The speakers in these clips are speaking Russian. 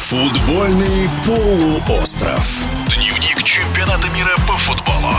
Футбольный полуостров. Дневник чемпионата мира по футболу.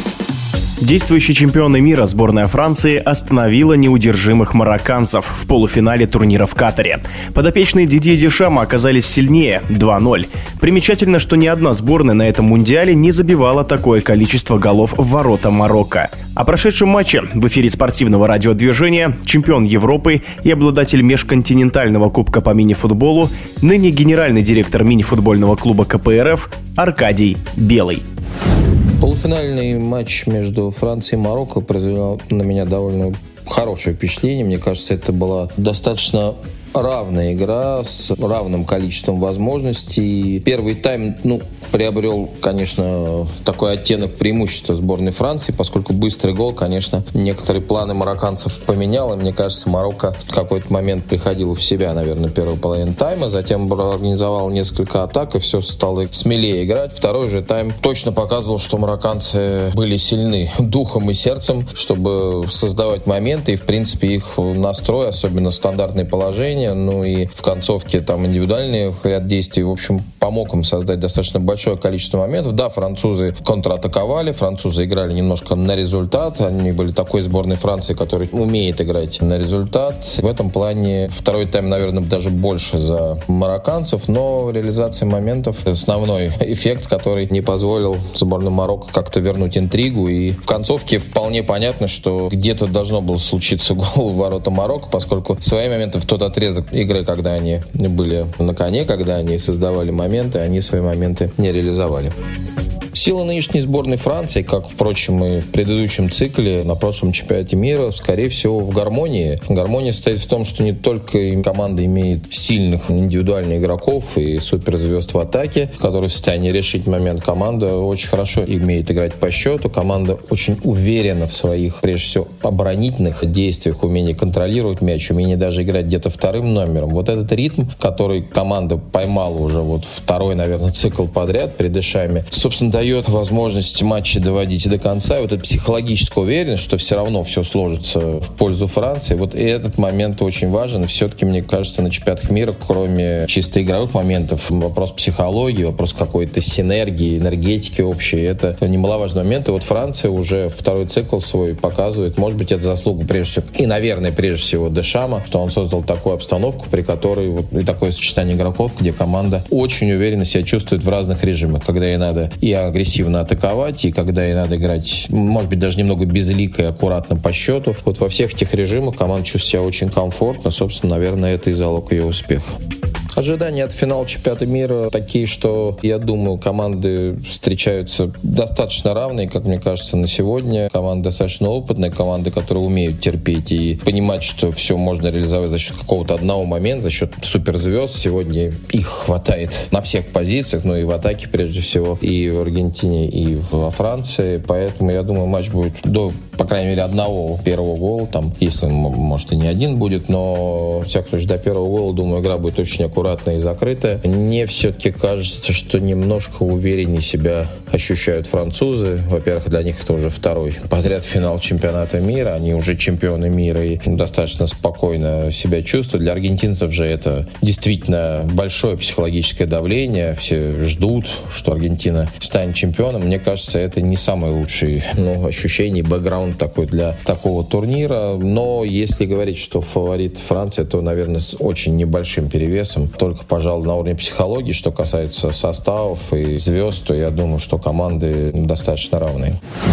Действующие чемпионы мира сборная Франции остановила неудержимых марокканцев в полуфинале турнира в Катаре. Подопечные Дидье Дешама оказались сильнее – 2-0. Примечательно, что ни одна сборная на этом мундиале не забивала такое количество голов в ворота Марокко. О прошедшем матче в эфире спортивного радиодвижения чемпион Европы и обладатель межконтинентального кубка по мини-футболу, ныне генеральный директор мини-футбольного клуба КПРФ Аркадий Белый. Полуфинальный матч между Францией и Марокко произвел на меня довольно хорошее впечатление. Мне кажется, это была достаточно равная игра с равным количеством возможностей. Первый тайм, приобрел, конечно, такой оттенок преимущества сборной Франции, поскольку быстрый гол, конечно, некоторые планы марокканцев поменял, и мне кажется, Марокко в какой-то момент приходило в себя, наверное, первую половину тайма, затем организовал несколько атак, и все стало смелее играть. Второй же тайм точно показывал, что марокканцы были сильны духом и сердцем, чтобы создавать моменты, и, в принципе, их настрой, особенно стандартные положения, и в концовке там индивидуальный ряд действий, в общем, помог им создать достаточно большое количество моментов. Да, французы контратаковали, французы играли немножко на результат. Они были такой сборной Франции, которая умеет играть на результат. В этом плане второй тайм, наверное, даже больше за марокканцев, но реализация моментов — основной эффект, который не позволил сборной Марокко как-то вернуть интригу. И в концовке вполне понятно, что где-то должно было случиться гол в ворота Марокко, поскольку свои моменты в тот отрезок игры, когда они были на коне, когда они создавали моменты, они свои моменты не реализовали. Сила нынешней сборной Франции, как, впрочем, и в предыдущем цикле на прошлом чемпионате мира, скорее всего, в гармонии. Гармония состоит в том, что не только команда имеет сильных индивидуальных игроков и суперзвезд в атаке, которые в состоянии решить момент. Команда очень хорошо умеет играть по счету. Команда очень уверена в своих, прежде всего, оборонительных действиях, умении контролировать мяч, умении даже играть где-то вторым номером. Вот этот ритм, который команда поймала уже второй, наверное, цикл подряд при Дешаме, собственно, дает возможность матча доводить до конца. И вот эта психологическая уверенность, что все равно все сложится в пользу Франции. Вот и этот момент очень важен. И все-таки, мне кажется, на чемпионатах мира, кроме чисто игровых моментов, вопрос психологии, вопрос какой-то синергии, энергетики общей, это немаловажный момент. И вот Франция уже второй цикл свой показывает. Может быть, это заслуга прежде всего, и, наверное, прежде всего Дешама, что он создал такую обстановку, при которой и такое сочетание игроков, где команда очень уверенно себя чувствует в разных режимах, когда ей надо и агрессивно атаковать, и когда ей надо играть, может быть, даже немного безлико и аккуратно по счету. Вот во всех этих режимах команда чувствует себя очень комфортно. Собственно, наверное, это и залог ее успеха. Ожидания от финала чемпионата мира такие, что, я думаю, команды встречаются достаточно равные, как мне кажется, на сегодня. Команда достаточно опытная, команды, которые умеют терпеть и понимать, что все можно реализовать за счет какого-то одного момента, за счет суперзвезд. Сегодня их хватает на всех позициях, и в атаке прежде всего, и в Аргентине, и во Франции. Поэтому, я думаю, матч будет до, по крайней мере, одного первого гола. Там, если, может, и не один будет, но, в всяком случае, до первого гола, думаю, игра будет очень аккуратная и закрытая. Мне все-таки кажется, что немножко увереннее себя ощущают французы. Во-первых, для них это уже второй подряд финал чемпионата мира. Они уже чемпионы мира и достаточно спокойно себя чувствуют. Для аргентинцев же это действительно большое психологическое давление. Все ждут, что Аргентина станет чемпионом. Мне кажется, это не самое лучшее ощущение, бэкграунд такой для такого турнира. Но если говорить, что фаворит Франция, то, наверное, с очень небольшим перевесом. Только, пожалуй, на уровне психологии. Что касается составов и звезд, то я думаю, что команды достаточно равные.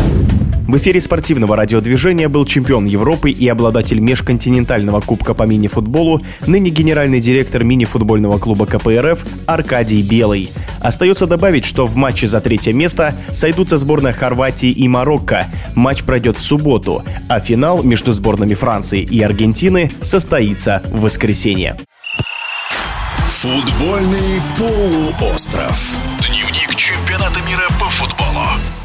В эфире спортивного радиодвижения был чемпион Европы и обладатель межконтинентального кубка по мини-футболу, ныне генеральный директор мини-футбольного клуба КПРФ Аркадий Белый. Остается добавить, что в матче за третье место сойдутся сборная Хорватии и Марокко. Матч пройдет в субботу, а финал между сборными Франции и Аргентины состоится в воскресенье. Футбольный полуостров. Дневник чемпионата мира по футболу.